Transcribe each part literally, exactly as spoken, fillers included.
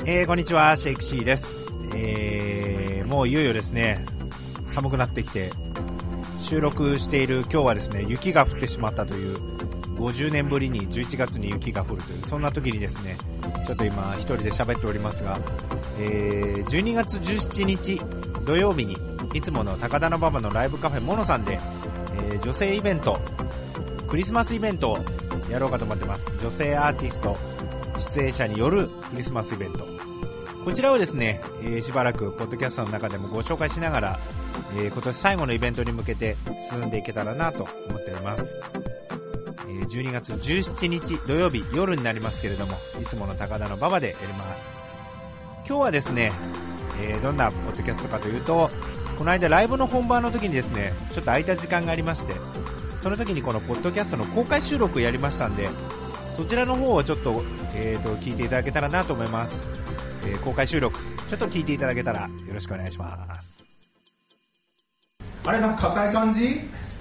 えー、こんにちは、シェイクシーです。えー、もういよいよですね、寒くなってきて、収録している今日はですね、雪が降ってしまったという、ごじゅうねんぶりにじゅういちがつに雪が降るという、そんな時にですね、ちょっと今一人で喋っておりますが、えー、じゅうにがつじゅうしちにち土曜日にいつもの高田馬場のライブカフェモノさんで、えー、女性イベント、クリスマスイベントをやろうかと思ってます。女性アーティスト出演者によるクリスマスイベント、こちらをですね、えー、しばらくポッドキャストの中でもご紹介しながら、えー、今年最後のイベントに向けて進んでいけたらなと思っております。えー、じゅうにがつじゅうしちにち土曜日夜になりますけれども、いつもの高田馬場でやります。今日はですね、えー、どんなポッドキャストかというと、この間ライブの本番の時にですね、ちょっと空いた時間がありまして、その時にこのポッドキャストの公開収録をやりましたんで、そちらの方をちょっと、えーと聞いていただけたらなと思います。えー、公開収録ちょっと聞いていただけたらよろしくお願いします。 あれなんか硬い感じ？いい？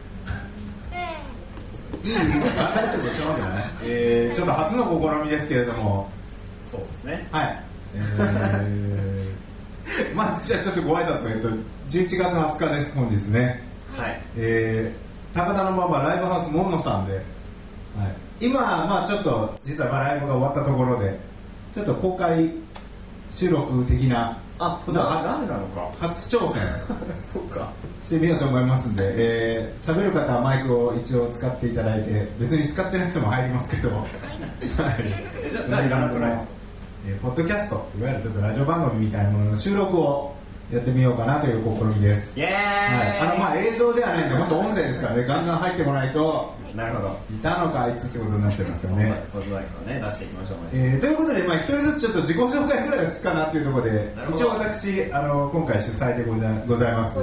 大丈夫ですよね。えー、ちょっと初の試みですけれども、 そうですね。 はい。えー、まずじゃあちょっとご挨拶を、えっとじゅういちがつはつかです本日ね。 はい。 えー、高田馬場ライブハウスモンノさんで、はい、今まあちょっと実はまあライブが終わったところで、ちょっと公開収録的な、 あ、な、なんなのか初挑戦そうかしてみようと思いますんで、えー、喋る方はマイクを一応使っていただいて、別に使ってなくても入りますけどはい、 えじゃあ、じゃあいらなくないですか。 えー、ポッドキャスト、いわゆるちょっとラジオ番組みたいなものの収録をやってみようかなという試みです。 イエーイ、 はい、あのまあ映像ではないんで、本当音声ですからね、ガンガン入ってこないと、 なるほど、 いたのかあいつってことになっちゃいますよね。 そういうことね、出していきましょう、 えー、ということで、まあ、一人ずつちょっと自己紹介ぐらいはすっかなというところで、一応私あの今回主催でござございますも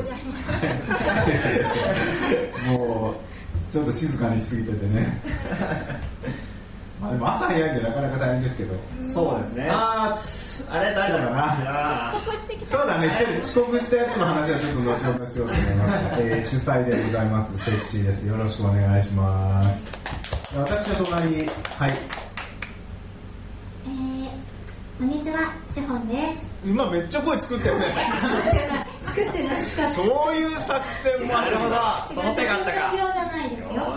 うちょっと静かにしすぎててねまあでも朝早いんでなかなか大変ですけど、 そうですね。 ああれ誰だかな、そうだね、一人遅刻したやつの話はちょっと後ほどしようと思います、えー、主催でございますシェイクシーです。よろしくお願いします。私の隣に、はい、 えー、こんにちは、シフォンです。 今めっちゃ声作ったよね作ってない作ってないそういう作戦もある。 なるほど、その手があったか。 病じゃないですよ。はい。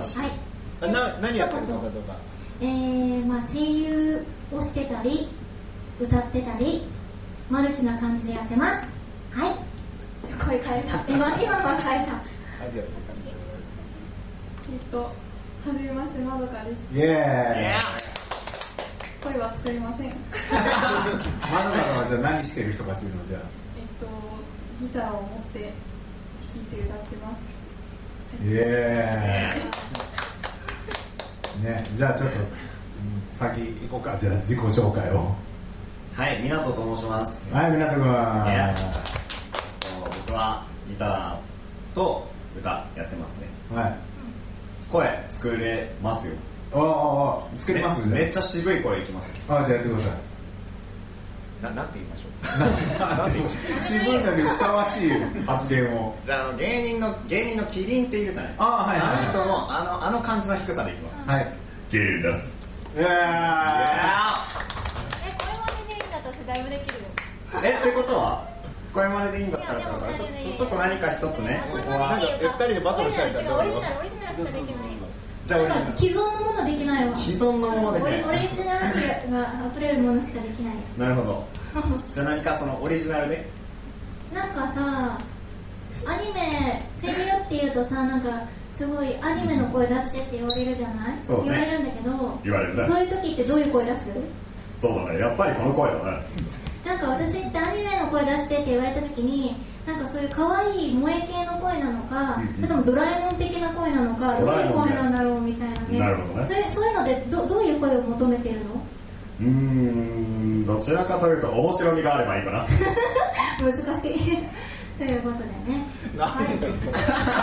な何やってるのかどうか。 えー、まあ声優をしてたり歌ってたりマルチな感じでやってます。はい。じゃあ声変えた。今今のは変えた。 あ、じゃあえっと、はじめまして、まどかです。 イエーイ。 声は作りません。 まだまだはじゃあ何してる人かっていうのをじゃあ。 えっと、ギターを持って弾いて歌ってます。 イエーイ。ね、じゃあちょっと、うん、先行こうか。じゃあ自己紹介を。 はい、湊と申します。 はい、湊君。 僕はギターと歌やってますね。 はい。 声作れますよ。 おーおー、作ります。 めっちゃ渋い声いきます。 あ、じゃあやってください。 な、なんて言いましょう。 なんて言いましょう。渋いのにふさわしい発言を。 じゃあ、あの芸人の芸人のキリンっているじゃないですか。 あ、はいはい。 あの人のあのあの感じの低さでいきます。 はい。 キリンです。 いやー。 え、これまででいいんだったらだいぶできるよ。 え、ってことは声真似でいいんだったら、ちょっとちょっと何か一つね。ここは。 なんかえ二人でバトルしたいから。 オリジナルオリジナルしかできない。 じゃあなんか既存のものできないわ。 既存のものできない。 オリジナルが溢れるものしかできない。 なるほど。じゃあ何かそのオリジナルで。 なんかさ、アニメ声優っていうとさ、なんかすごいアニメの声出してって言われるじゃない？ そうね、 言われるんだけど、 言われるね。 そういう時ってどういう声出す？ そうだね、やっぱりこの声だね。 なんか私ってアニメの声出してって言われた時に、なんかそういう可愛い萌え系の声なのか、それともドラえもん的な声なのか、どういう声なんだろうみたいなね。 なるほどね。 そういう、そういうので ど, どういう声を求めてるの？ うーん、どちらかというと面白みがあればいいかな。 難しいということでね。 何ですか。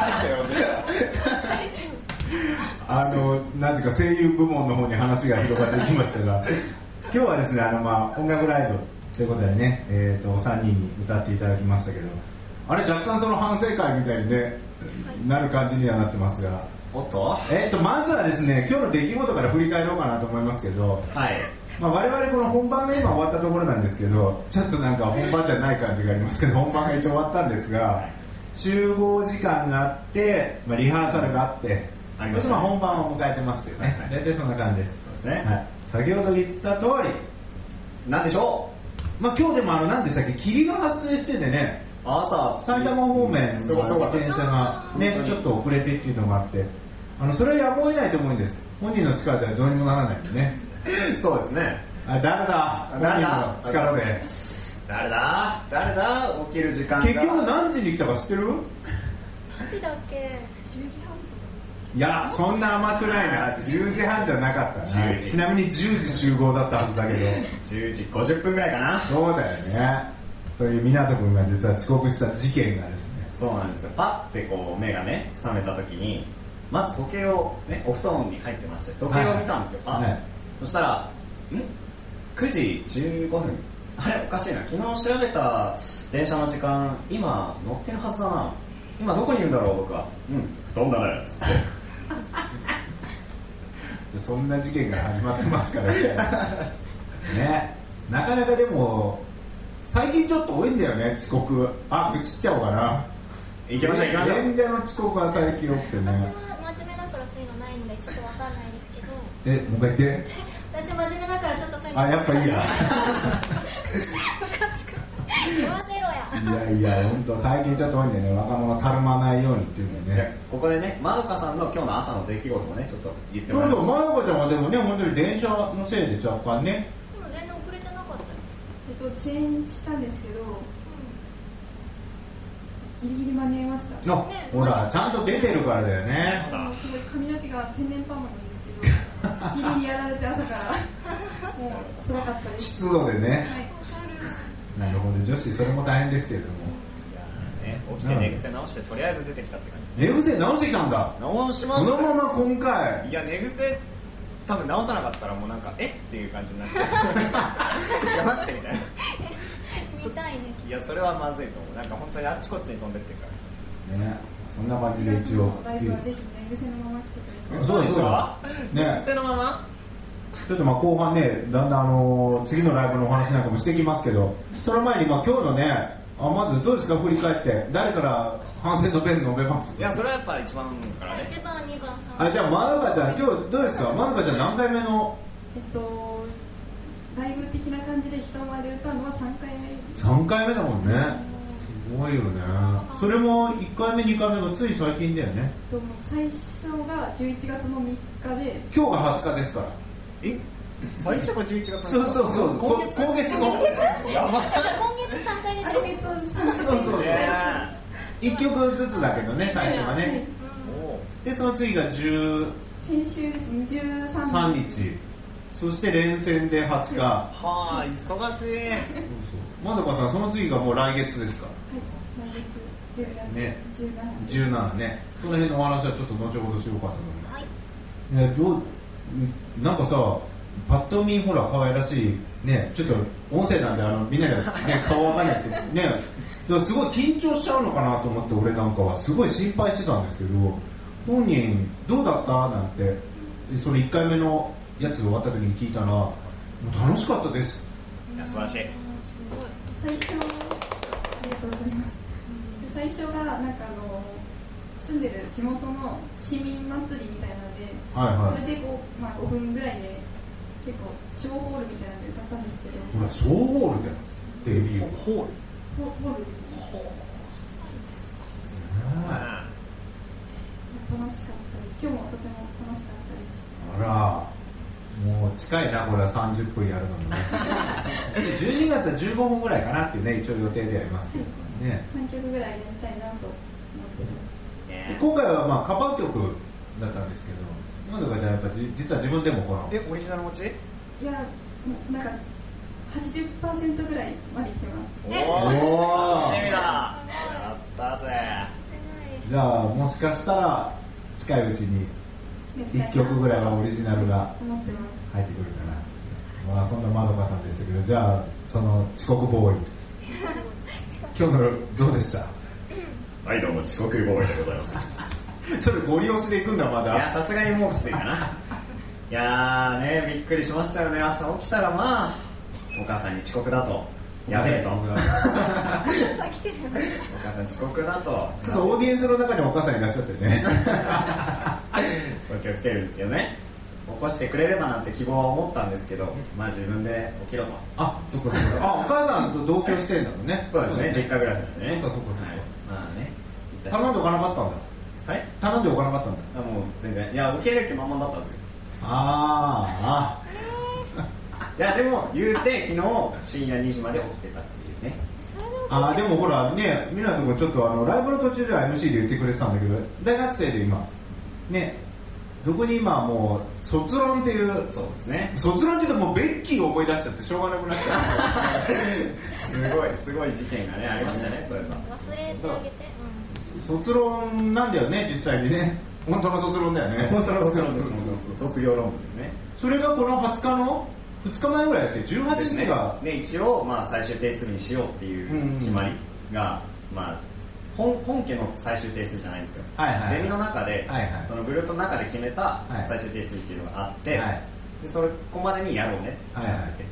あの、なぜか声優部門の方に話が広がってきましたが、今日はですね、あのまあ音楽ライブということでね、えーとさんにんに歌っていただきましたけど、あれ若干その反省会みたいに、ね、なる感じにはなってますが、 おっとえー、とまずはですね、今日の出来事から振り返ろうかなと思いますけど、 はい、 まあ、我々この本番が今終わったところなんですけど、ちょっとなんか本番じゃない感じがありますけど、本番が一応終わったんですが、集合時間があって、まあ、リハーサルがあって、 ありましたね、 そしてまあ本番を迎えてますよね、はいはい、大体そんな感じです。 そうですね、 はい、先ほど言った通りなんでしょう、まあ、今日でもあの何でしたっけ、霧が発生しててね、 朝埼玉方面の電車がねちょっと遅れてっていうのがあって、あのそれはやむを得ないと思うんです。本人の力ではどうにもならないんでね。 そうですね。 あ、誰だ、本人の力で。 誰だ誰だ起きる時間が結局何時に来たか知ってる？ 何時だっけ？ じゅうじはんとか。 いや、そんな甘くないな。じゅうじはんじゃなかったな。 じゅうじちなみにじゅうじ集合だったはずだけどじゅうじごじゅっぷんぐらいかな。 そうだよね。という湊君が実は遅刻した事件がですね、 そうなんですよ。パッてこう目がね覚めた時に、まず時計をね、お布団に入ってまして時計を見たんですよ、はいはい、そしたらんくじじゅうごふん、あれおかしいな、昨日調べた電車の時間今乗ってるはずだな、今どこにいるんだろう僕は、うん布団だねっつってそんな事件が始まってますからねね、なかなかでも最近ちょっと多いんだよね、遅刻。あ、愚痴っちゃおうかな。 行きましょう行きましょう。 演者の遅刻は最近多くてね。 私は真面目だからそういうのないんでちょっとわかんないですけど。 え、もう一回言って。 私真面目だからちょっとそういうの。 あ、やっぱいいや。 言わせろや。 いやいや、本当最近ちょっと多いんでね、若者たるまないようにっていうのね。 じゃここでね、まどかさんの今日の朝の出来事をねちょっと言ってもらいましょう。 そうそう、まどかちゃんはでもね、本当に電車のせいで若干ね。 でも全然遅れてなかったよ。 えっと遅延したんですけど、ギリギリ間に合いました。 の、ね、ほらちゃんと出てるからだよね。 すごい髪の毛が天然パーマなんですけど、霧にやられて朝からもう辛かったです。 湿度でね。 はい。 なるほど、女子それも大変ですけれども。 いやね、起きて寝癖直してとりあえず出てきたって感じ。 寝癖直してきたんだ。 直しました。 そのまま今回。 いや寝癖多分直さなかったらもうなんかえっていう感じになっていや待ってみたいな見たいね。 いやそれはまずいと思う。なんか本当にあっちこっちに飛んでってるからね、そんな感じで一応ライブはぜひ寝癖のまま来てください。 そうでしょ寝ね。 癖のままちょっとまあ後半ね、だんだんあのー、次のライブのお話なんかもしてきますけど、その前にまあ今日のね、あまずどうですか、振り返って誰から反省の弁述べます？ いやそれはやっぱ一番からね。 一番二番あ、じゃあまどかちゃん今日どうですか？まどかちゃん何回目の？ えっとライブ的な感じで人前で歌うのはさんかいめ。 さんかいめだもんね。すごいよね。それもいっかいめにかいめがつい最近だよね。 と最初がじゅういちがつのみっかで、 今日がはつかですから。 え最初がじゅういちがつそうそうそう、 今月今月のやばい。 今月さんかい出てる。 今月はそうそうそう、いっきょくずつだけどね、最初はね。でその次がじゅう先週ですね、じゅうさんにちさんにち、そして連戦ではつか。 はあ忙しい。 まどかさんその次がもう来月ですか？ はい、来月じゅうがつね、 じゅうしちにちじゅうしちね。その辺のお話はちょっと後ほどしようかと思います。 はい。 ね、どうなんかさ、パッと見ほら可愛らしいね、ちょっと音声なんであのみんなが、ね、顔わかんないですけどね、だからすごい緊張しちゃうのかなと思って、俺なんかはすごい心配してたんですけど、本人どうだったなんてそれいっかいめのやつ終わった時に聞いたら、もう楽しかったです。 いや素晴らしい。 最初、ありがとうございます。最初がなんかあの住んでる地元の市民祭りみたいなので、 はいはい、 それでこう、まあ、ごふんぐらいで結構ショーホールみたいなので歌ったんですけど、 ほらショーホールだよ、デビューホールホールですね。 ホール楽しかったです。今日もとても楽しかったです。 あら、もう近いな、これはさんじゅっぷんやるのにねじゅうにがつはじゅうごふんぐらいかなっていうね、一応予定でありますけどね。 さんきょくぐらいやりたいなと思ってます。 今回はまあカバー曲だったんですけど、まどかちゃんやっぱじ実は自分でもこのえオリジナル持ち？ いや、もうなんかはちじゅっパーセントぐらいまで来てます。 おお楽しみだ。やったぜ。 じゃあもしかしたら近いうちにいっきょくぐらいはオリジナルが入ってくるかな。まあそんなまどかさんでしたけど、じゃあその遅刻ボーイ今日のどうでした？ はいどうも遅刻ボーイでございますそれゴリ押しで行くんだまだ。 いやさすがにもうきついかな。いやーねびっくりしましたよね。朝起きたらまあお母さんに遅刻だと、やべえとお母さん遅刻だと、 ちょっとオーディエンスの中にお母さんいらっしゃってねそう今日来てるんですけどね、起こしてくれればなんて希望は思ったんですけど、まあ自分で起きろと。 あ、そっかそっか。あ、お母さんと同居してんだもんね。 そうですね、実家暮らしなんでね。 そっかそっかそっか、 はい、まあね頼んでおかなかったんだ。 はい、 頼んでおかなかったんだ。 あもう全然いや受け入れる気満々だったんですよ。 あーいやでも言うて昨日深夜にじまで起きてたっていうね。 ああでもほらね、みんなのとこちょっとあのライブの途中では エムシー で言ってくれてたんだけど、大学生で今ね、そこに今もう卒論っていう、 そうですね、 卒論って言うともうベッキーを思い出しちゃってしょうがなくなっちゃうすごいすごい事件がねありましたね。そういえば忘れてあげて、 うん、卒論なんだよね実際にね。本当の卒論だよね。 本当の卒論です。卒業論文ですね。 それがこのはつかのふつかまえぐらいやってじゅうはちにちが、 ね、一応、まあ、最終提出日にしようっていう決まりが、うんうん、まあ、本, 本家の最終提出じゃないんですよ、 はいはいはい、 ゼミの中で、はいはい、そのグループの中で決めた最終提出日っていうのがあって、はい、でそれこまでにやろうね、はいはい、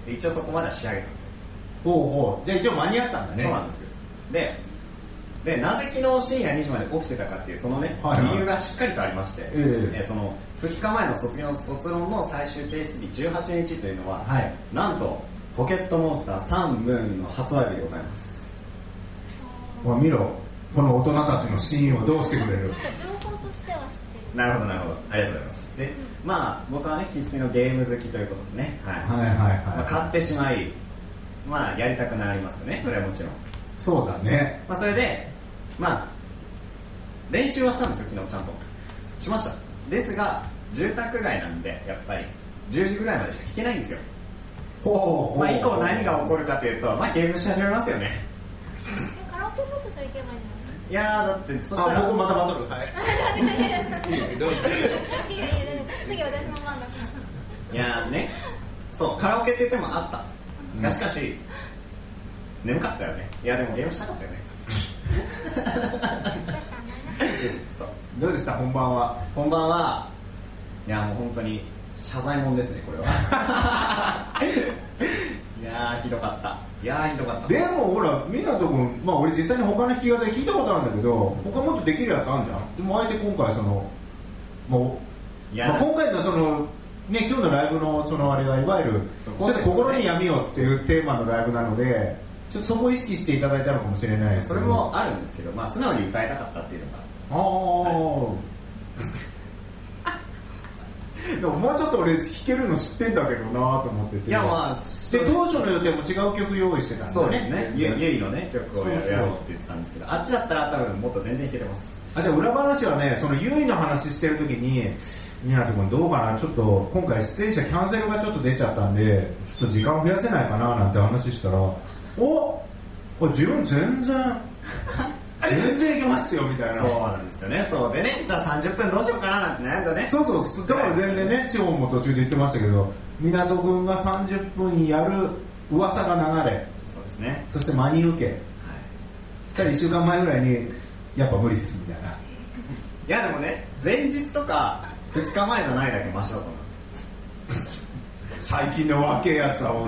で一応そこまでは仕上げたんですよ。 ほうほう、じゃあ一応間に合ったんだね。 そうなんですよ。ででなぜ昨日深夜にじまで起きてたかっていうそのね、はいはい、理由がしっかりとありまして、えー、えそのふつかまえの卒業卒論の最終提出日じゅうはちにちというのは、はい、なんとポケットモンスターサンムーンの発売日でございます。 お見ろ、この大人たちのシーンをどうしてくれる。 情報としては知ってる。 なるほどなるほど、ありがとうございます。で、まあ僕はね生粋のゲーム好きということでね、はいはいはいはい、まあ、買ってしまい、まあやりたくなりますよね、それはもちろん。 そうだね。 まあそれでまあ練習はしたんですよ、昨日ちゃんとしました。ですが住宅街なんでやっぱりじゅうじぐらいまでしか弾けないんですよ。ほう、まあ、以降何が起こるかというと、まあ、ゲームし始めますよね。 カラオケボックス行けばいいんじゃない？ いやーだってそしたらあ、僕またバトル、はいどうぞいやいや次私の番だ。 いやーね、そうカラオケって言ってもあった、うん、がしかし眠かったよね。いやでもゲームしたかったよねそうどうでした本番は。 本番はいやもう本当に謝罪もんですねこれはいやーひどかった。いやーひどかった。 でもほらみんなとこ、まあ俺実際に他の弾き語り聞いたことあるんだけど、他もっとできるやつあるじゃん。でもあえて今回そのもう、まあ、今回のそのね今日のライブのそのあれがいわゆるちょっと心に闇をっていうテーマのライブなので、ちょっとそこを意識していただいたのかもしれないですけど。 それもあるんですけど、まあ素直に歌いたかったっていうのが。 ああ、はいでももうちょっと俺弾けるの知ってんだけどなと思ってて。 いやまあで当初の予定も違う曲用意してたんでね。 そうですね。ゆいのね曲をやろうって言ってたんですけど、あっちだったら多分もっと全然弾けてます。 あ、じゃあ裏話はね、そのゆいの話してる時に湊君どうかな、ちょっと今回出演者キャンセルがちょっと出ちゃったんでちょっと時間増やせないかななんて話したら、おお自分全然全然いけますよみたいな。 そうなんですよね。そうでね、じゃあさんじゅっぷんどうしようかななんて悩んだね。 そうそう、だから全然ね、シオンも途中で言ってましたけど、湊君がさんじゅっぷんにやる噂が流れ、 そうですね、 そして真に受け、はい、そしたらいっしゅうかんまえぐらいにやっぱ無理っすみたいな。いやでもね、前日とかふつかまえじゃないだけマシだと思います最近の若いやつは本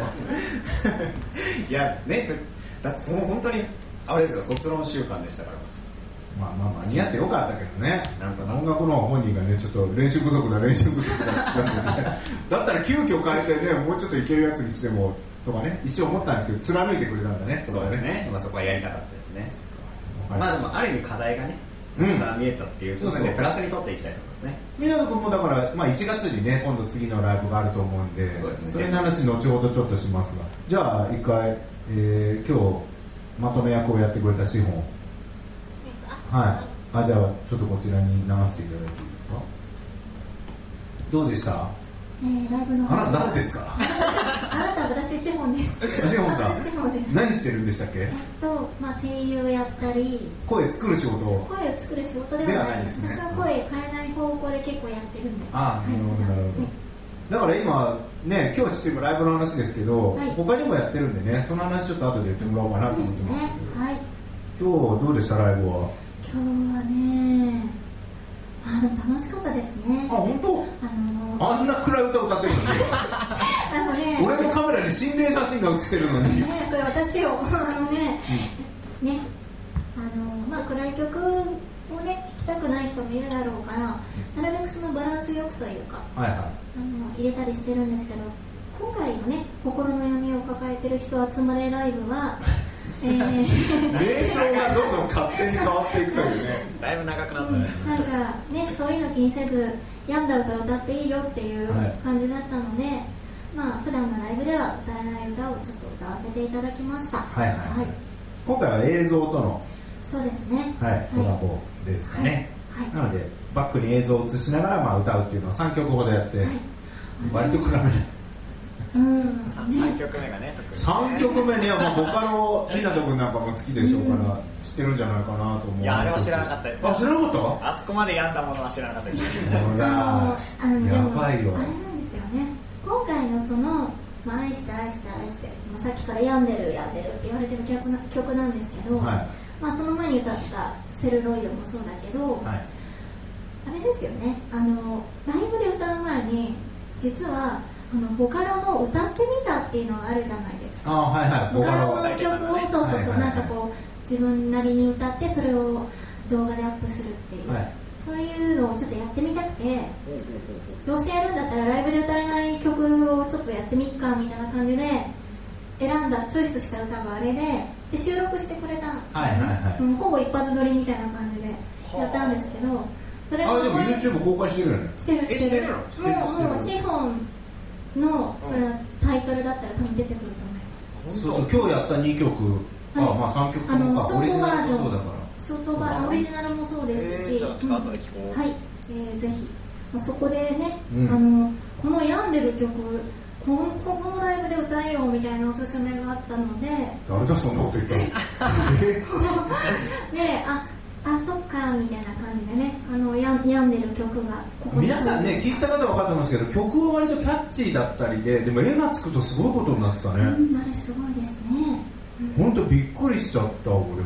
当いやね、だってその本当にあれですよ、卒論週間でしたから。 まあまあまあ似合ってよかったけどね。なんか音楽の本人がねちょっと練習不足だ練習不足だってだったら急遽変えてね、もうちょっといけるやつにしてもとかね一瞬思ったんですけど、貫いてくれたんだね。 そうですね、まあそこはやりたかったですね。まあでもある意味課題がねたくさん見えたっていうことで、プラスに取っていきたいと思いますね。 湊君もだから、まあ、いちがつにね今度次のライブがあると思うんで、 そうですね、それの話後ほどちょっとしますが、じゃあ一回、えー、今日まとめ役をやってくれた資本、はい、あ、じゃあちょっとこちらに流していただいていいですか。どうでした？ えー、ライブのあなた誰ですか？ あなたは私シモンです。 シモンか。何してるんでしたっけ？ えっと、まあ、声優やったり声作る仕事を声を作る仕事ではないです。私は声変えない方向で結構やってるんで。 ああ、なるほどなるほど、はい、だから今ね、今日ちょっと今ライブの話ですけど、はい、他にもやってるんでね、その話ちょっと後で言ってもらおうかなと思ってますけど、 ね、はい、 今日どうでしたライブは？ 今日はね、 あでも楽しかったですね。 あ、本当？ あのー、 あんな暗い歌歌ってるのにあのね、 俺のカメラに心霊写真が写ってるのに、 ね、それ私をあのね、うん、ね、あのまあ暗い曲をね聴きたくない人もいるだろうから、なるべくそのバランスよくというか、 はいはい、 あの入れたりしてるんですけど、今回のね心の闇を抱えてる人集まれライブはえー、 名称がどんどん勝手に変わっていくというねだいぶ長くなったね、 うん、なんかねそういうの気にせず病んだ歌を歌っていいよっていう感じだったので、はい、まあ普段のライブでは歌えない歌をちょっと歌わせていただきました。 はいはい、はい、今回は映像とのそうですね、 はい、コラボですかね、 はいはい、 なのでバックに映像を映しながらまあ歌うっていうのはさんきょくほどやって、はい、割と暗めでうん、 さんきょくめがね、特にねさんきょくめね、まあ、ボカロ湊君なんかも好きでしょうから、うん、知ってるんじゃないかなと思う。 いや、あれは知らなかったですね。 あ、知らなかった？ あそこまで病んだものは知らなかったですね。 そうだ、 あのやばいよ。 あれなんですよね、今回のその、まあ、愛して愛して愛して、まあ、さっきから病んでる病んでるって言われてる曲な、曲なんですけど、はい、まあ、その前に歌ったセルロイドもそうだけど、はい、あれですよね、あのライブで歌う前に実はあのボカロの歌ってみたっていうのがあるじゃないですか。 あ、はいはい、 ボカロの曲を、ね、そうそうそう、はいはいはい、なんかこう自分なりに歌ってそれを動画でアップするっていう、はい、そういうのをちょっとやってみたくて、どうせやるんだったらライブで歌えない曲をちょっとやってみっかみたいな感じで選んだチョイスした歌があれで、で収録してくれた、 はいはいはい、 うん、ほぼ一発撮りみたいな感じでやったんですけど、それあれでも YouTube 公開してるよね。 してるしてる、もうもう資本のそれはタイトルだったら多分出てくると思います。 そうそう、今日やったにきょく、はい、あ、まあさんきょくともか、 ショートバージョン、 そうだからショートバージョン、オリジナルもそうですし、 えー、じゃあちょっと後で聞こう、 うん、はい、えー、ぜひ、まあ、そこでね、 うん、 あのこの病んでる曲この、ここのライブで歌えようみたいなおすすめがあったので、 誰だそんなこと言ったので、ああ、そっかみたいな感じでね、あのや病んでる曲がここに皆さんね、聞いた方は分かってますけど、曲は割とキャッチーだったりで、でも絵がつくとすごいことになってたね、 うん、あれすごいですね、 本当びっくりしちゃった俺も、うん、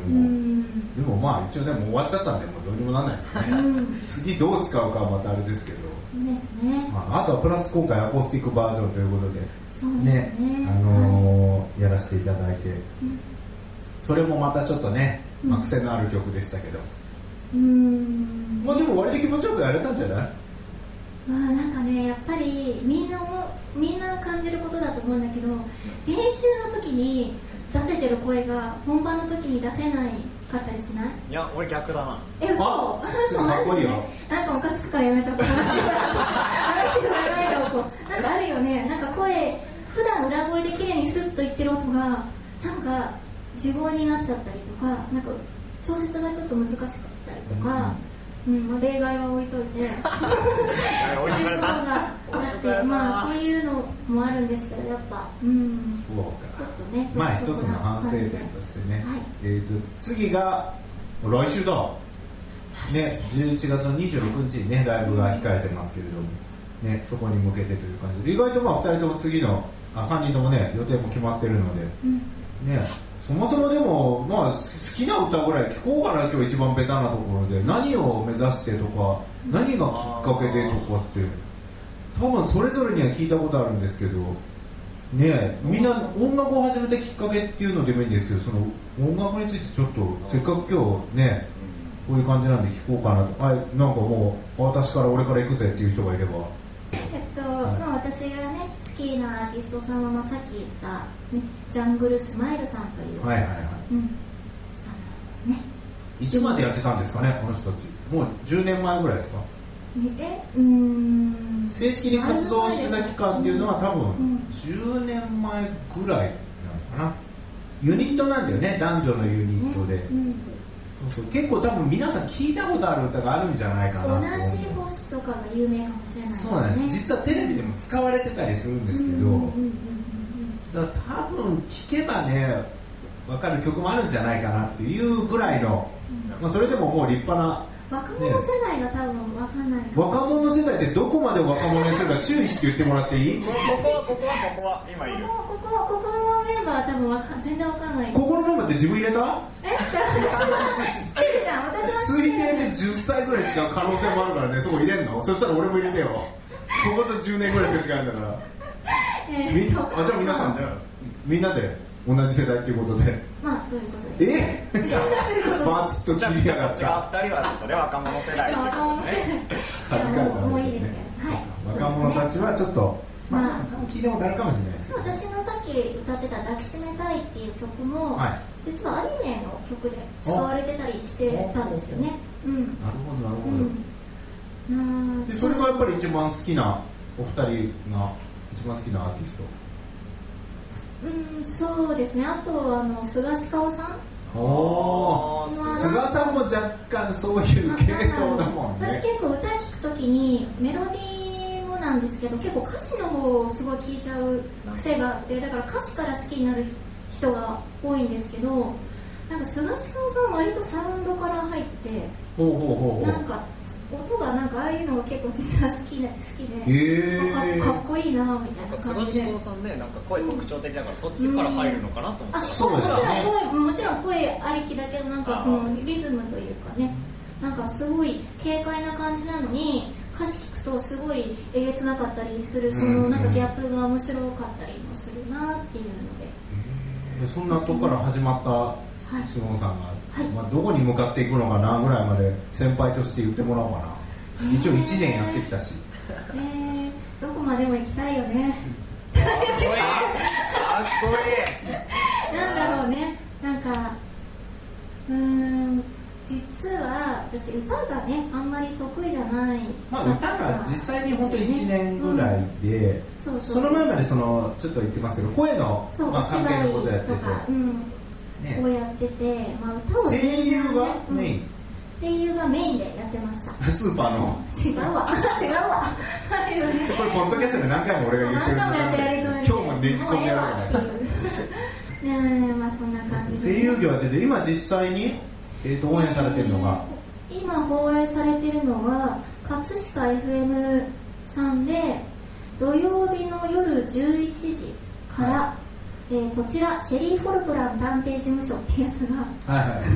でもまあ一応ね、もう終わっちゃったんでもうどうにもならないので、ね、うん、次どう使うかはまたあれですけど、 ですね、 まあ、あとはプラス今回アコースティックバージョンということで、 そうですね、 ね、あのーはい、やらせていただいて、 うん、 それもまたちょっとね、まあ、癖のある曲でしたけど、 うーん、 まあでも割と気持ちよくやれたんじゃない？ まあなんかね、やっぱりみんなもみんな感じることだと思うんだけど、練習の時に出せてる声が本番の時に出せないかったりしない？ いや、俺逆だな。 え、嘘？ あ、ちょっとかっこいいよ。 なんかムカつくからやめたこう話話振らないでおこう。なんかあるよね。なんか声普段裏声で綺麗にスッと言ってる音がなんか地声になっちゃったりとか、なんか調節がちょっと難しかったりとか、うん、まあ、例外は置いといて、 置いてかれた。 だってまあそういうのもあるんですけど、やっぱ、うん、 そうか。 ちょっとね、 まあ一つの反省点としてね。 はい、 えーと次が来週だ。ね、じゅういちがつのにじゅうろくにちにねライブが控えてますけれども、ね、そこに向けてという感じで、意外とまあふたりとも次のあさんにんともね予定も決まってるので、 うん、 ね。そもそもでも、まあ、好きな歌ぐらい聴こうかな、今日一番ベタなところで、何を目指してとか、何がきっかけでとかって、多分それぞれには聞いたことあるんですけど、ね、みんな音楽を始めたきっかけっていうのでもいいんですけど、その音楽についてちょっと、せっかく今日ね、こういう感じなんで聴こうかなと、あ、なんかもう、私から俺から行くぜっていう人がいれば。 えっと、はい、まあ、私がね好きなアーティストさんは、まあ、さっき言った、ね、ジャングルスマイルさんという、 はいはいはい、 うん、あのね、 いつまでやってたんですかね、この人たち。もうじゅうねんまえぐらいですか？ え、うーん、 正式に活動してた期間っていうのは多分じゅうねんまえぐらいなのかな。ユニットなんだよね、男女のユニットで、ね、うん、そうそう、結構多分皆さん聞いたことある歌があるんじゃないかなと。 同じ星とかが有名かもしれないですね。 そうなんです。実はテレビでも使われてたりするんですけど、だから多分聞けばね分かる曲もあるんじゃないかなっていうぐらいの、うん、まあ、それでももう立派な、 若者世代は多分分かんないかも。 若者世代ってどこまで若者にするか注意して言ってもらっていい？ ここはここはここは今いる。 ここここここのメンバーは多分わか全然わかんない。 ここのメンバーって自分入れた？ え、じゃあ私は知ってるじゃん。私は推定でじゅっさいぐらい違う可能性もあるからね。そこ入れんの？そしたら俺も入れてよ。こことじゅうねんぐらいしか違うんだから。えー、とあじゃあ皆さんね、みんなで同じ世代っていうことで。 まあそういうことです。 えバツッと切りやがった。 違うふたりはちょっとね若者世代っていうことね。 弾かれたもういいですね。はい。 若者たちはちょっと、まあ、多分聞いたことあるかもしれないですけど。 私のさっき歌ってた抱きしめたいっていう曲も、はい、実はアニメの曲で使われてたりしてたんですよね。うん。 なるほどなるほど。うん、でそれがやっぱり一番好きなお二人が一番好きなアーティスト。 うん、そうですね。あとあの菅氏香さん。 おー、菅さんも若干そういう系統だもんね。 私結構歌聴くときにメロディーもなんですけど、結構歌詞の方をすごい聴いちゃう癖があって、だから歌詞から好きになる人が多いんですけど、なんか菅氏香さんは割とサウンドから入って、 ほうほうほうほう、 なんか音がなんかああいうのが結構実は好きで好きで、 えー、 か, かっこいいなみたいな感じで。 菅氏香さんね、なんか声特徴的だから、うん、そっちから入るのかなと思って、うん、あそうですね。 もちろん声ありきだけど、なんかそのリズムというかね、なんかすごい軽快な感じなのに歌詞聞くとすごいえげつなかったりする、そのなんかギャップが面白かったりもするなっていうので、 えー、そんなとこから始まったシモンさんが、はい、まあ、どこに向かっていくのかなぐらいまで先輩として言ってもらおうかな。一応いちねんやってきたし、 えー、どこまでも行きたいよね。 かっこいいかっこいいなんだろうね、なんかうーん、実は私歌がねあんまり得意じゃない、 まあ、歌が実際に本当にいちねんぐらいで、うん、そうそう、その前までそのちょっと言ってますけど声の、まあ、関係のことやってて、 うん、ね、をやってて、まあ、歌を声優がメイン、うん、 声優がメインでやってました。 スーパーの違うわ違うわこれポッドキャストで何回も俺が言ってるから、今日もねじ込みやろうかな。 ね、まあそんな感じで声優業やってて、今実際に、えー、と放映されてるのが、 えー、今放映されてるのは葛飾 エフエム さんで土曜日の夜じゅういちじから、はい、えー、こちらシェリー・フォルトラン探偵事務所ってやつが、はいはい、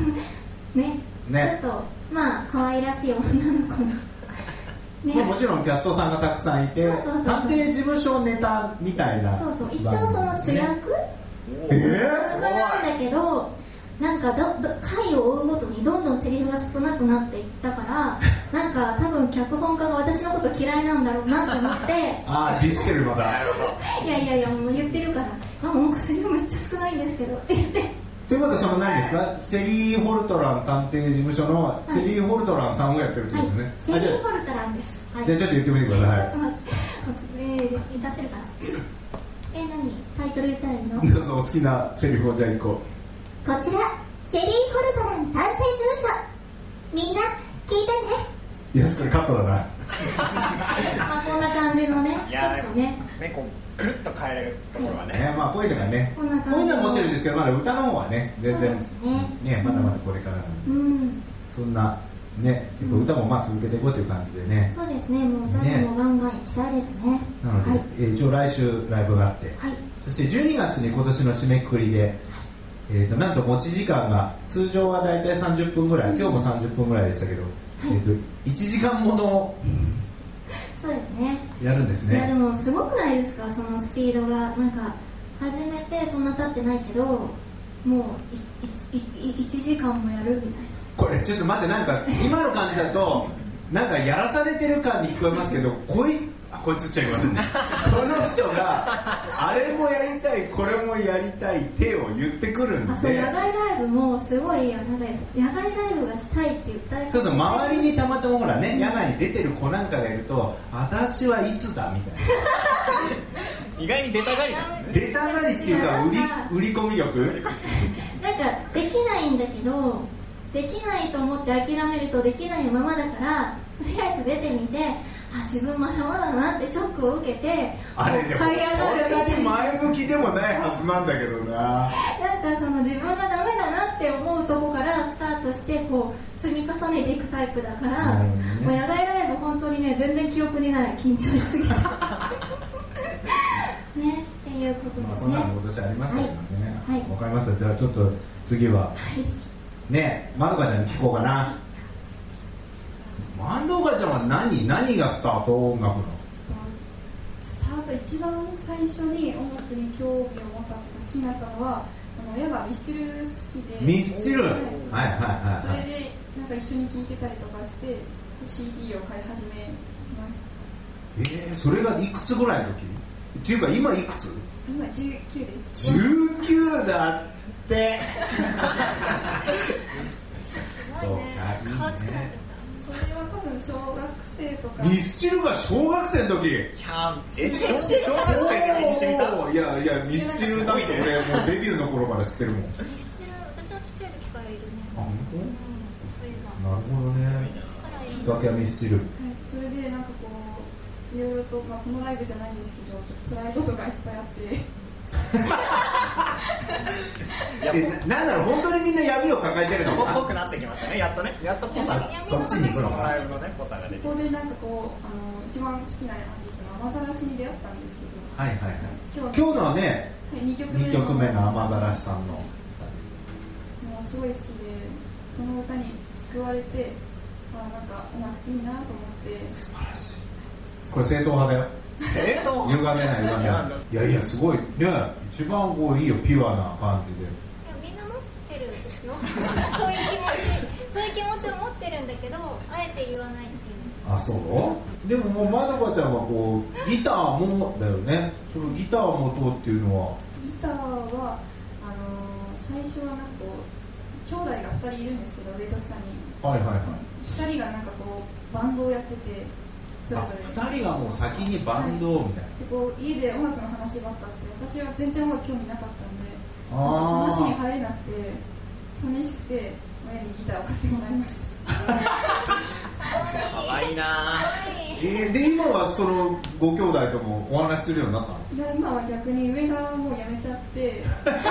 ねね、ちょっとまあ可愛らしい女の子の、ね、 まあ、もちろんキャストさんがたくさんいて、そうそうそうそう、探偵事務所ネタみたいな、 そうそう、一応その主役、ね、 えー、 なんだけど、なんかどど回を追うごとにどんどんセリフが少なくなっていったからなんか多分脚本家が私のこと嫌いなんだろうなと思ってああ、ディスケルのだいやいやいや、もう言ってるから、あ、もうセリフめっちゃ少ないんですけどって言ってということはその何ですか、シェリー・ホルトラン探偵事務所のシェリー・ホルトランさんをやってるってことですね、はい、 シェリー・ホルトランです、はい、 じゃあちょっと言ってみてください。 ちょっと待って、えー、出せるかなえー、何タイトル言ったらいいの？ どうぞ、お好きなセリフをじゃあいこう。こちらシェリー・ホルトラン探偵事務所、みんな聞いてね。 いや、それカットだなまあこんな感じのね、 いやちょっとね、 ね、こうぐるっと変えれるところがね、 ね、まあこういうのがね、こういうのは持ってるんですけど、まだ歌の方はね全然 ね, ねまだまだこれからなので、うん、そんなね、えっと、歌もまあ続けていこうという感じでね、 そうですね、もう歌にもガンガン行きたいですね。 なので、はい、えー、一応来週ライブがあって、はい、そしてじゅうにがつに今年の締めくくりで、えー、となんと持ち時間が通常はだいたいさんじゅっぷんぐらい、今日もさんじゅっぷんぐらいでしたけど、はい、えー、といちじかんものそうですね、 やるんですね。 いやでもすごくないですか、そのスピードが。なんか始めてそんな経ってないけど、もういいいいちじかんもやるみたいな。 これちょっと待って、なんか今の感じだとなんかやらされてる感に聞こえますけど、こいあこいつっちゃいけませんねこの人があれもやりたいこれもやりたい手を言ってくるんで、 あ、そう、野外ライブもすごい、なんか野外ライブがしたいって言ったり、 そうそう、周りにたまたまほらね、野外に出てる子なんかがいると、私はいつだみたいな意外に出たがりなのね。 出たがりっていうか、売り売り込み力なんかできないんだけど、できないと思って諦めるとできないままだから、とりあえず出てみて、あ、自分まだまだなってショックを受けて、 あれでも這い上がる。 そんなに前向きでもないはずなんだけどな。 なんかその自分がダメだなって思うとこからスタートしてこう積み重ねていくタイプだから、ね、もう野外ライブ本当にね、全然記憶にない、緊張しすぎてね、っていうことですね。 まあ、そんなの今年ありましたけどね。 はい。 わ、はい、かりました。じゃあちょっと次は、はい、ね、まどかちゃんに聞こうかな。まどかちゃんは何何がスタート音楽の？ スタート一番最初に音楽に興味を持ったとか好きになったのは、あの親がミスチル好きで。 ミスチル。はい、はい、はいはい。 それでなんか一緒に聴いてたりとかして シーディー を買い始めました。 えー、それがいくつぐらいの時？っていうか今いくつ？ 今じゅうきゅうです。 じゅうきゅうだってそうか、いいね。 それは多分小学生とか。 ミスチルが小学生の時。いやえ小学生でにしてみた？ いやいやミスチルなんて俺もうデビューの頃から知ってるもん。 ミスチル私はちっちゃい時からいるね。 あ本当？ うん、そういうの。 なるほどね。きっかけはミスチル。はい、 それでなんかこういろいろと、まあ、このライブじゃないんですけどちょっと辛いことがいっぱいあってえな、なんだろう本当にみんな闇を抱えてるのかぽくなってきましたねやっとねやっとぽさがそっちに行くのかライブのねぽさが出てここでなんかこうあの一番好きなアーティストの雨ざらしに出会ったんですけどはいはいはい今日今日のはね、 はい、にきょくめにきょくめの雨ざらしさんのもうすごい好きでその歌に救われてまあなんか音楽っていいなと思って素晴らしいこれ正統派だよ正統歪めない歪めないいやいやすごいね一番こういいよピュアな感じでいやみんな持ってるよそういう気持ちそういう気持ちを持ってるんだけどあえて言わないっていうあそうでももうまどかちゃんはこうギターもだよねそのギター元っていうのはギターはあのー、最初はなんかこう兄弟がふたりいるんですけど上と下にはいはいはいふたりがなんかこうバンドをやっててそれぞれふたりがもう先にバンドみたいな、はい、 でこう家で音楽の話ばっかして私は全然音楽興味なかったんであ話に入れなくて寂しくて親にギターを買ってもらいましたかわいいなえー、で今はそのご兄弟ともお話しするようになったの？ いや今は逆に上がもうやめちゃって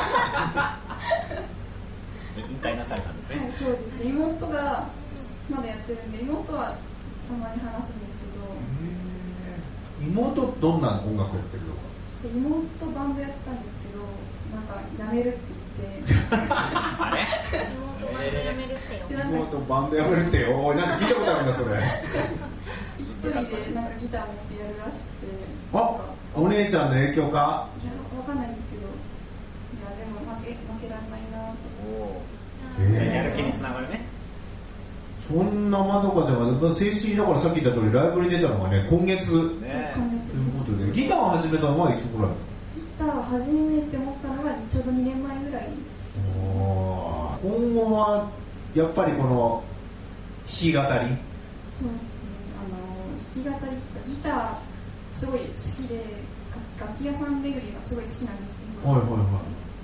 引退なされたんですね、 はい、そうですね妹がまだやってるんで妹はたまに話すんですけど妹どんな音楽やってるのか妹バンドやってたんですけどなんかやめるって言ってあれ妹バンドやめるってよ妹バンドやめるってよおいなんか聞いたことあるんだそれ一人でなんかギター持ってやるらしくてあお姉ちゃんの影響かいやわかんないんですけどいやでも負け負けられないなとおえー、 じゃあやる気につながるねそんなまどかちゃんが正式にだからさっき言った通りライブに出たのがね今月ね今月ということでギターを始めたのはいつぐらいギターを始めて思ったのがちょうどにねんまえぐらいですね今後はやっぱりこの弾き語りそうですねあの弾き語りとかギターすごい好きで楽器屋さん巡りがすごい好きなんですけど、 はいはいはい、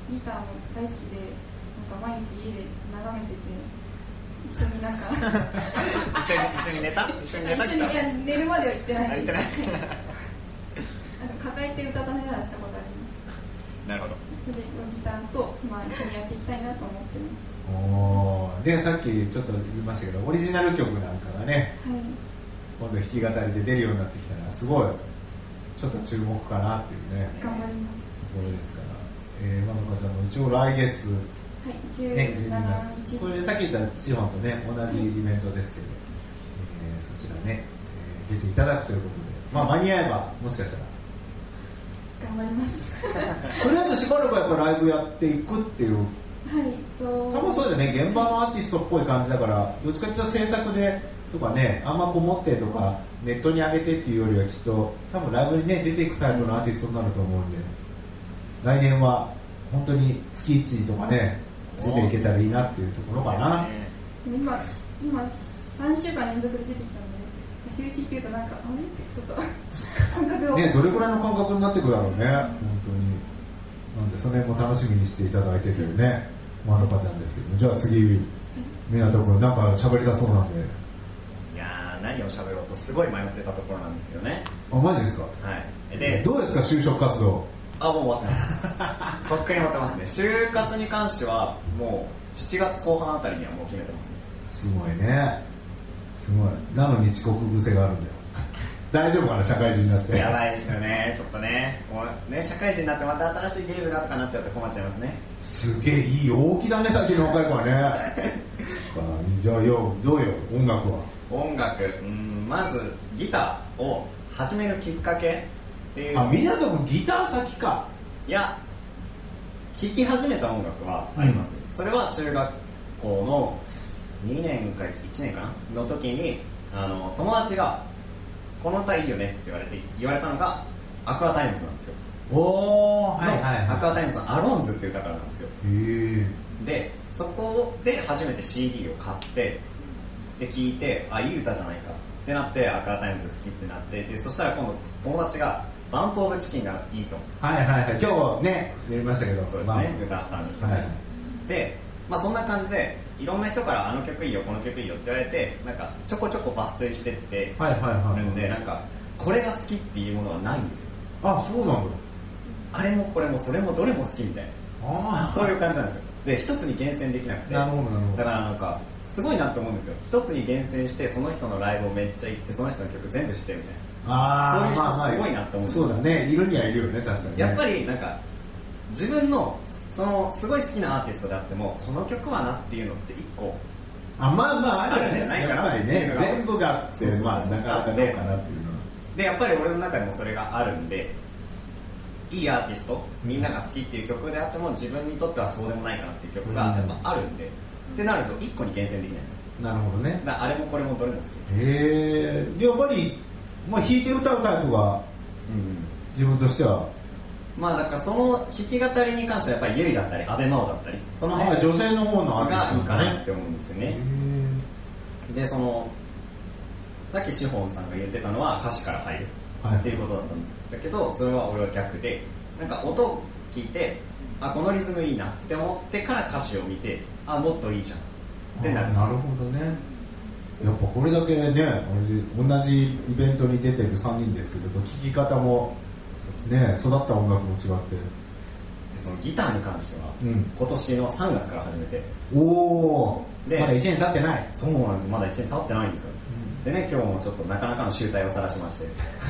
ギターも大好きでなんか毎日家で眺めてて一緒になんか一緒に一緒に寝た一緒に寝た一緒にいや寝るまでは行ってないんです行ってないあの抱えて歌ったねならしたことありますなるほどそれでギターと、まあ、一緒にやっていきたいなと思ってますおでさっきちょっと言いましたけどオリジナル曲なんかがね、 はい、 今度弾き語りで出るようになってきたらすごいちょっと注目かなっていうね頑張りますところですから、えー、まどかちゃんも一応来月はい、じゅうしちにちこれさっき言ったシフォンとね同じイベントですけど、えー、そちらね、えー、出ていただくということで、まあ、間に合えばもしかしたら頑張りますとりあえずしばらくはやっぱライブやっていくっていうはいそう多分そうだよね現場のアーティストっぽい感じだからどっちかというと制作でとかねあんまこもってとかネットに上げてっていうよりはきっと多分ライブにね出ていくタイプのアーティストになると思うんで来年は本当に月いちとかね出ていけたらいいなっていうところかな。 今今さんしゅうかん連続で出てきたので週いちっていうとなんかあれってちょっと感覚をねどれくらいの感覚になってくるだろうね本当になんでその辺も楽しみにしていただいてというねまどかちゃんですけどじゃあ次湊君なんか喋りだそうなんでいやー何を喋ろうとすごい迷ってたところなんですよねあマジですかはいでどうですか就職活動あもう終わってますとっくに終わってますね就活に関してはもうしちがつこう半あたりにはもう決めてますねすごいねすごいなのに遅刻癖があるんだよ大丈夫かな、社会人になってやばいですよね、ちょっとね、もうね、社会人になってまた新しいゲームがとかなっちゃうと困っちゃいますね。 すげえいい大きだね、さっきの若い子はねじゃあよ、どうよ、音楽は。 音楽、うん、まずギターを始めるきっかけっていう。 あ、湊君ギター先か。 いや、弾き始めた音楽はあります、うん、それは中学校のにねんかいちねんかなの時に、あの友達がこの歌いいよねって言われて言われたのがアクアタイムズなんですよ。 おー、はいはいはい、 アクアタイムズのアローンズっていう歌からなんですよ。 へでそこで初めて シーディー を買ってで聴いて、あ、いい歌じゃないかってなってアクアタイムズ好きってなって、でそしたら今度友達がバンプオブチキンがいいと、 はいはいはい、今日ねやりましたけど、 そうですね、歌ったんですけど、はい、で、まあ、そんな感じでいろんな人からあの曲いいよこの曲いいよって言われて、なんかちょこちょこ抜粋してってるんで、はいはいはい、なんかこれが好きっていうものはないんですよ。 あ、そうなんだ。 あれもこれもそれもどれも好きみたいな、あ、そういう感じなんですよ。で一つに厳選できなくて、 なるほどなるほど。 だからなんかすごいなと思うんですよ。一つに厳選してその人のライブをめっちゃ行ってその人の曲全部知ってみたいな、あ、そういう人すごいなと思うんですよ。 そうだね、いるにはいるよね、確かにね。 やっぱりなんか自分のそのすごい好きなアーティストであってもこの曲はなっていうのって一個あ、まあまああるんじゃないかな、 やっぱりね、全部がって、まあなかなかどうかなっていうのはで、やっぱり俺の中でもそれがあるんで、いいアーティストみんなが好きっていう曲であっても自分にとってはそうでもないかなっていう曲がやっぱあるんで、うん、ってなると一個に厳選できないんですよ。 なるほどね。 だあれもこれもどれも好き。 へえ。やっぱり、まあ、弾いて歌うタイプが、うん、自分としては、 まあだからその弾き語りに関してはやっぱりゆいだったり阿部真央だったりその辺女性の方のアーティストがいいかなって思うんですよね。で、そのさっき志保さんが言ってたのは歌詞から入るっていうことだったんです、はい、だけどそれは俺は逆で、なんか音を聞いて、あ、このリズムいいなって思ってから歌詞を見て、あ、もっといいじゃんってなるんですよ。 なるほどね。やっぱこれだけね、あれ同じイベントに出てるさんにんですけど、聴き方もね、育った音楽も違って、でそのギターに関しては、うん、今年のさんがつから始めて、 おお、まだいちねん経ってない。 そうなんです、まだいちねん経ってないんですよ、うん、でね、今日もちょっとなかなかの集大を晒しまして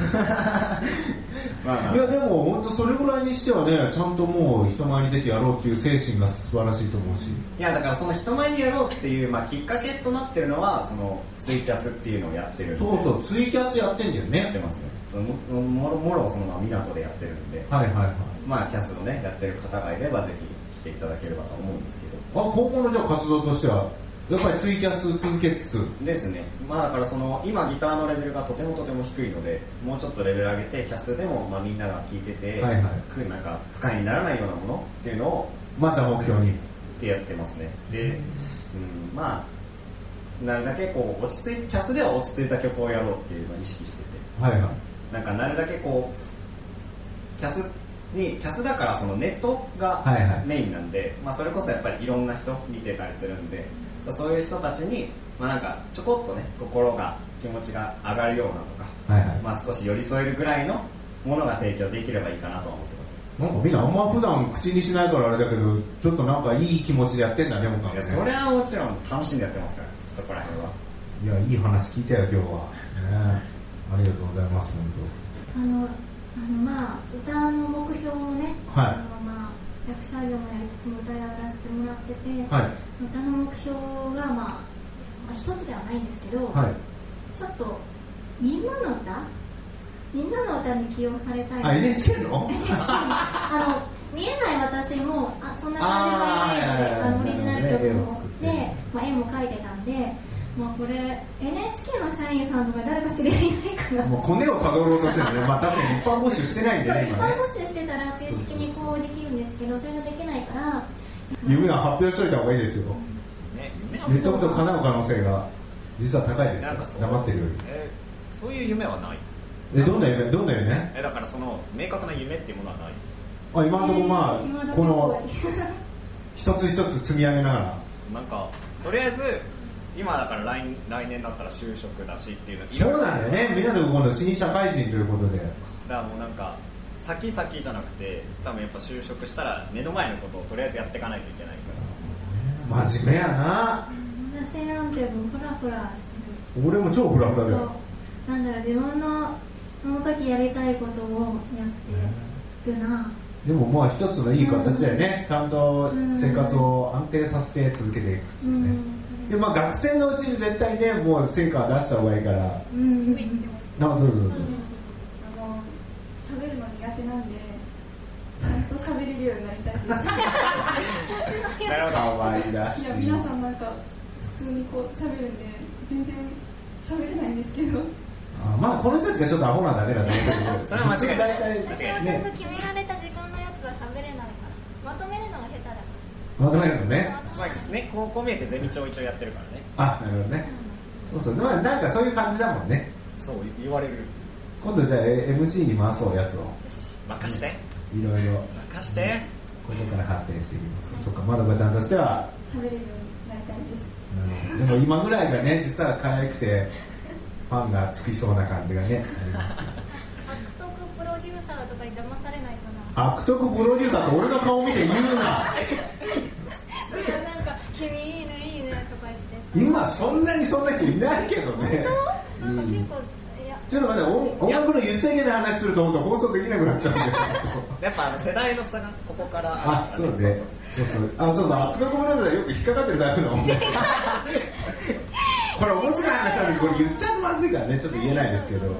まあ、まあ、 いやでも本当それぐらいにしてはね、ちゃんともう人前に出てやろうっていう精神が素晴らしいと思うし、 いやだからその人前にやろうっていう、まあ、きっかけとなってるのはそのツイキャスっていうのをやってるんで。 そうそう、ツイキャスやってんだよね。 やってますね。そのもろもろそのまま港でやってるんで、はいはいはい、まあキャスのねやってる方がいればぜひ来ていただければと思うんですけど、 あ、高校のじゃあ活動としてはやっぱりツイキャス続けつつですね。まあだからその今ギターのレベルがとてもとても低いので、もうちょっとレベル上げてキャスでもまあみんなが聴いてて、はいはい、なんか不快にならないようなものっていうのをまずは目標にってやってますね。で、うん、まあなるだけこう落ち着いキャスでは落ち着いた曲をやろうっていうのを意識してて、はいはい、なんかなるだけこうキャスにキャスだからそのネットがメインなんで、はいはい、まあそれこそやっぱりいろんな人見てたりするんで、そういう人たちにまあなんかちょこっとね心が気持ちが上がるようなとか、はいはい、まあ少し寄り添えるぐらいのものが提供できればいいかなと思ってます。 なんかみんなあんま普段口にしないからあれだけど、ちょっとなんかいい気持ちでやってんだね、僕はね。 いやそれはもちろん楽しんでやってますから、そこら辺は。 いや、いい話聞いたよ今日は、ね、ありがとうございます。 本当あのあのまあ歌の目標をね、はい、あのまあ役者業もやりつつも歌やらせてもらってて、はい、歌の目標が、まあ、まあ一つではないんですけど、はい、ちょっとみんなの歌みんなの歌に起用されたい。 あ、エヌエイチケー のあの見えない私もあそんな感じのイメージであのオリジナル曲もで、まあ、絵も描いてたんで、まあ、これ エヌエイチケー の社員さんとか誰か知り合いいないかな。 もうコネをたどろうとしてるね。まあ確かに一般募集してないんでね。 一般募集してたら正式にこうできるんですけど、それができないから。 夢は発表しといた方がいいですよ。ね、言っとくと叶う可能性が実は高いですよ。黙ってるより。 えー、そういう夢はない。 え、どんな夢？どんな夢？ え、だからその明確な夢っていうものはない。 あ、今のところまあ、えー、この一つ一つ積み上げながら。 なんかとりあえず。今だから 来, 来年だったら就職だしっていうのそうなんだよね。みんなで今度新社会人ということで、だからもうなんか先々じゃなくて、多分やっぱ就職したら目の前のことをとりあえずやっていかないといけないから。真面目やな。 私なんてもうフラフラしてる。俺も超フラフラだよ。 なんだろう、自分のその時やりたいことをやってるな。 でもまあ一つのいい形だよね、うん、ちゃんと生活を安定させて続けていくっていうね、うん、でまあ学生のうちに絶対ねもう成果は出した方がいいから、うん、あどうぞどうぞ、うん、あの喋るの苦手なんでちゃんと喋れるようになりたいですなるほど、 かわいらしい。 いや皆さんなんか普通にこう喋るんで全然喋れないんですけど、 あまあこの人たちがちょっとアホなだけだと思うけどそれは間違いない。 ちゃんと決められた時間のやつは喋れないからまとめるのが下手だから。 まとめるのね。 まあね、こうこう見えてゼミ長一応やってるからね。 あ、なるほどね。そうそう、まあなんかそういう感じだもんね。 そう言われる。 今度じゃあ エムシー に回そうやつを。 任して。 いろいろ。 任して。 ここから発展していきます。そっか、まどかちゃんとしては喋れるようになりたいです。 でも今ぐらいがね、実は可愛くてファンがつきそうな感じがね。 悪徳プロデューサーとかに騙されないかな。 悪徳プロデューサーって俺の顔見て言うな。 いやなんか君いいねいいねとか言って。 今そんなにそんな人いないけどね。 本当？なんか結構、うん、いやちょっと待って、音楽の言っちゃいけない話すると本当放送できなくなっちゃうんで。 やっぱあの世代の差がここからある、ね、そうね。そうそう。あ、そうそう。悪徳プロデューサーよく引っかかってるタイプだもんね。これ面白い話なのにこれ言っちゃうとまずいからね、ちょっと言えないですけど、ね、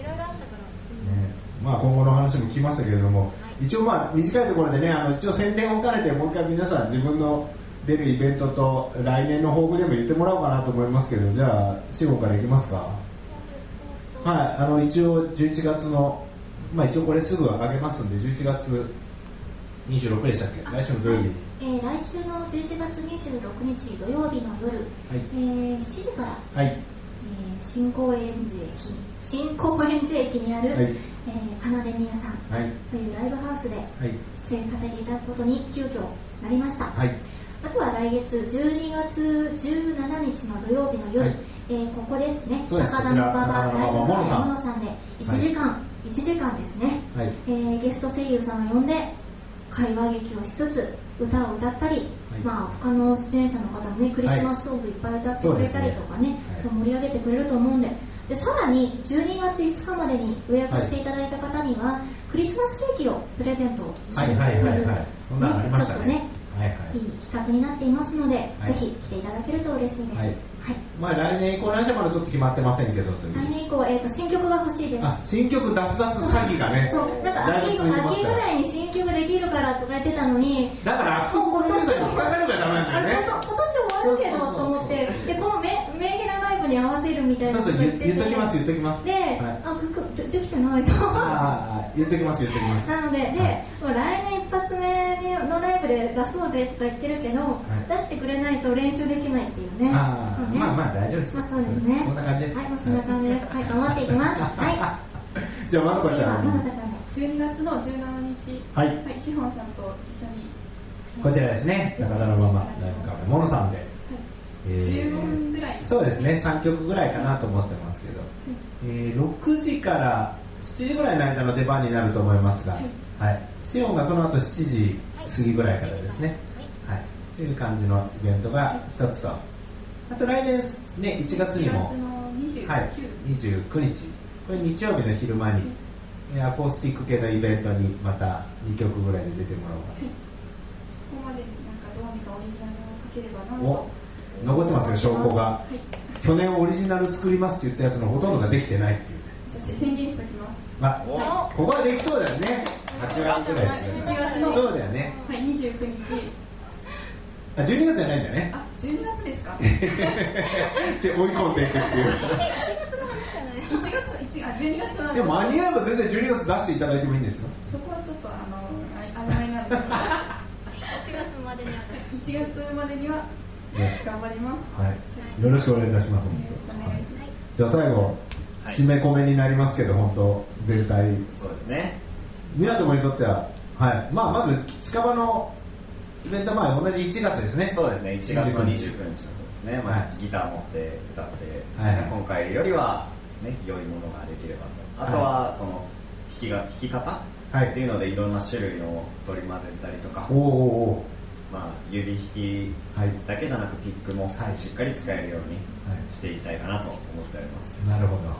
まあ今後の話も聞きましたけれども、一応まあ短いところでね、あの一応宣伝を兼ねてもう一回皆さん自分の出るイベントと来年の抱負でも言ってもらおうかなと思いますけど、じゃあシゴからいきますか。はい、あの一応じゅういちがつの、まあ一応これすぐ上げますんで、じゅういちがつにじゅうろくでしたっけ、来週の土曜日、 えー、来週のじゅういちがつにじゅうろくにち土曜日の夜、はい、えー、しちじから、はい、えー、新高円寺駅新高円寺駅にある、はい、えー、かなでみやさん、はい、というライブハウスで出演させていただくことに急遽なりました、はい、あとは来月じゅうにがつじゅうしちにちの土曜日の夜、はい、えー、ここですね、高田馬場ライブハウスモノさんでいちじかん、はい、いちじかんですね、はい、えー、ゲスト声優さんを呼んで会話劇をしつつ歌を歌ったり、はい、まあ、他の出演者の方もねクリスマスソングいっぱい歌ってくれたりとかね、はい、そう盛り上げてくれると思うんで、でさらにじゅうにがついつかまでに予約していただいた方には、はい、クリスマスケーキをプレゼントするという、ね、ちょっとね、はいはい、いい企画になっていますので、はい、ぜひ来ていただけると嬉しいです、はいはい、まあ、 来年以降の話はまだちょっと決まってませんけどという。 来年以降、えー、と新曲が欲しいです。 あ、新曲出す出す詐欺がね、 そうなんか 秋, 秋ぐらいに新曲できるからとか言ってたのに、 だから悪徳プロデューサーに引っかかればダメなんだよね。 今年終わるけどと思って、でこのメメンヘラライブに合わせるみたいなこと言ってて、 言っときます言っときます。 で、はい、あで, できてないとあ言っときます言っときます。 なので、で、はい、もう来年一発目のライブで出そうぜとか言ってるけど、はい、出してくれないと練習できないっていうね。 あそうね、 まあまあ大丈夫です。 まあそうですね。 こんな感じです。 はい、そんな感じです。はい、頑張っていきます。はい。 じゃあまどかちゃん。 まどかちゃんで。 じゅうにがつのじゅうしちにち、はい、はい、しほんさんと一緒に。 こちらですね。高田のままライブカフェモノさんで。はい、 えー、じゅうごふんぐらい。 そうですね。さんきょくぐらいかなと思ってますけど、はい、えー、ろくじからしちじぐらいの間の出番になると思いますが、はい。はい、しほんがその後しちじ過ぎぐらいからですね。はい。はい、という感じのイベントが一つと。あと来年ね、いちがつにもにじゅうく、 はい、にじゅうくにち、これ日曜日の昼間に、うん、アコースティック系のイベントにまたにきょくぐらいで出てもらおうかな、はい、 そこまでなんかどうにかオリジナルをかければなと。 お、残ってますよ証拠が、はい、去年オリジナル作りますって言ったやつのほとんどができてないっていうね。 宣言しておきます。 あ、はい、ここはできそうだよね。はちがつぐらいですよね。 いちがつのそうだよね。 はい、にじゅうくにち。 あ、じゅうにがつじゃないんだよね。 あ、じゅうにがつですか。 で追い込んでいくっていう。 いちがつ、いちがつ、じゅうにがつは。 でも間に合えば全然じゅうにがつ出していただいてもいいんですよ。 そこはちょっとあの曖昧なんで。いちがつまでには。 いちがつまでには頑張ります。 はい。よろしくお願いいたします。本当。はい、じゃあ最後、はい、締め込めになりますけど本当全体。 そうですね。 港にとっては、はい。まあまず近場のイベントは同じいちがつですね。 そうですね。いちがつのにじゅうくにちの方ですね。まあ、ギター持って歌って、はい、今回よりはね良いものができればと。あとはその弾きが弾き方、はい、っていうのでいろんな種類の取り混ぜたりとか、おお、まあ指弾きだけじゃなくピックもしっかり使えるようにしていきたいかなと思っております。 なるほど。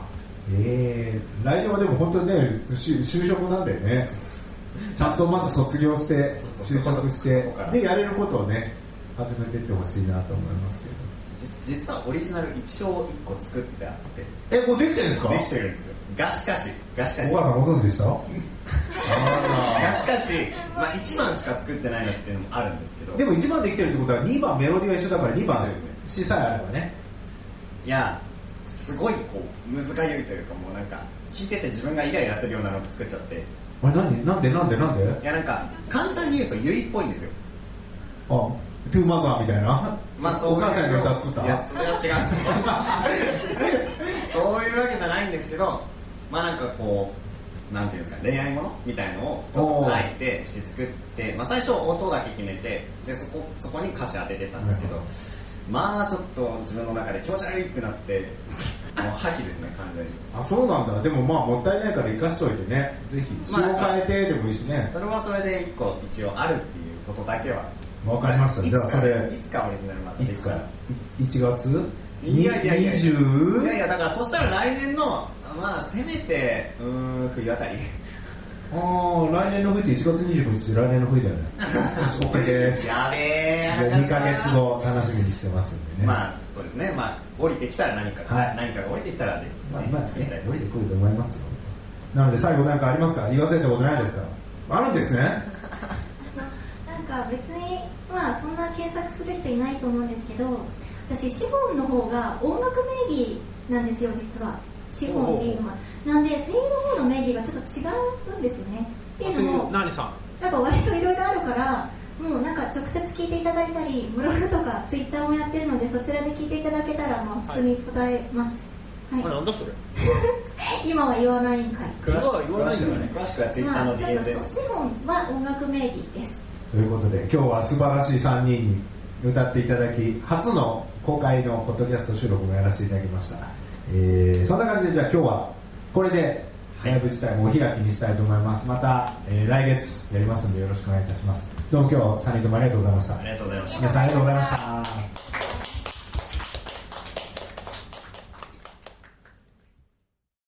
えー、来年はでも本当にね就職なんでねちゃんとまず卒業して就職してでやれることをね始めていってほしいなと思いますけど、 実はオリジナル一応いっこ作ってあってえもうできてるんですか？ できてるんですよ。がしかしがしかしお母さんご存知でした？ がしかし、まあ、いちばんしか作ってないのっていうのもあるんですけど、 でもいちばんできてるってことはにばんメロディーが一緒だからにばんですね。 Cさえあればね。 いやすごいこう難ゆいというかもうなんか聞いてて自分がイライラするようなのを作っちゃって。 あれ何なんでなんでなんで？ いやなんか簡単に言うとゆいっぽいんですよ。 あ、トゥーマザーみたいな。 まあそういうお母さんの歌作った？ いやそれは違うんですよ。そういうわけじゃないんですけど、まあなんかこうなんていうんですか恋愛ものみたいのをちょっと書いて詩作って、まあ最初音だけ決めてでそこそこに歌詞当ててたんですけど、まあちょっと自分の中で気持ち悪いってなってもう破棄ですね完全に。 あ、そうなんだ。でもまあもったいないから生かしといてね、ぜひ詩を変えてでもいいしね。 それはそれで一個一応あるっていうことだけはわかりました。じゃあそれいつかオリジナルまたいつかいちがついやいやいやにじゅういやいやだからそしたら来年のまあせめてうーん冬あたり。 ああ来年の冬っていちがつにじゅうごにちで来年の冬だよね。よし OK です。 やべえ。 にかげつご楽しみにしてますんでね。 まあそうですね。まあ降りてきたら何かが、 はい、 何かが降りてきたらできる、 まあまあね降りてくると思いますよ。なので最後何かありますか？言わせたことないですか？あるんですね。 なんか別にまあそんな検索する人いないと思うんですけど、私シフォンの方が音楽名義なんですよ実は。シフォンっていうのはなんで声優の方の名義がちょっと違うんですよね。っていうのも何さんなんか割といろいろあるからもうなんか直接聞いていただいたりブログとかツイッターもやってるのでそちらで聞いていただけたらまあ普通に答えます。はい。 はい、なんだそれ今は言わないんかい。 詳しくはね詳しくはツイッターの ディーエム です。 シフォンは音楽名義です。 ということで今日は素晴らしいさんにんに歌っていただき初の公開のポッドキャスト収録もやらせていただきました。えー、そんな感じでじゃあ今日はこれでライブ自体もお開きにしたいと思います。また、えー、来月やりますのでよろしくお願いいたします。どうも今日さんにんともありがとうございました。 ありがとうございました。 皆さんありがとうございました。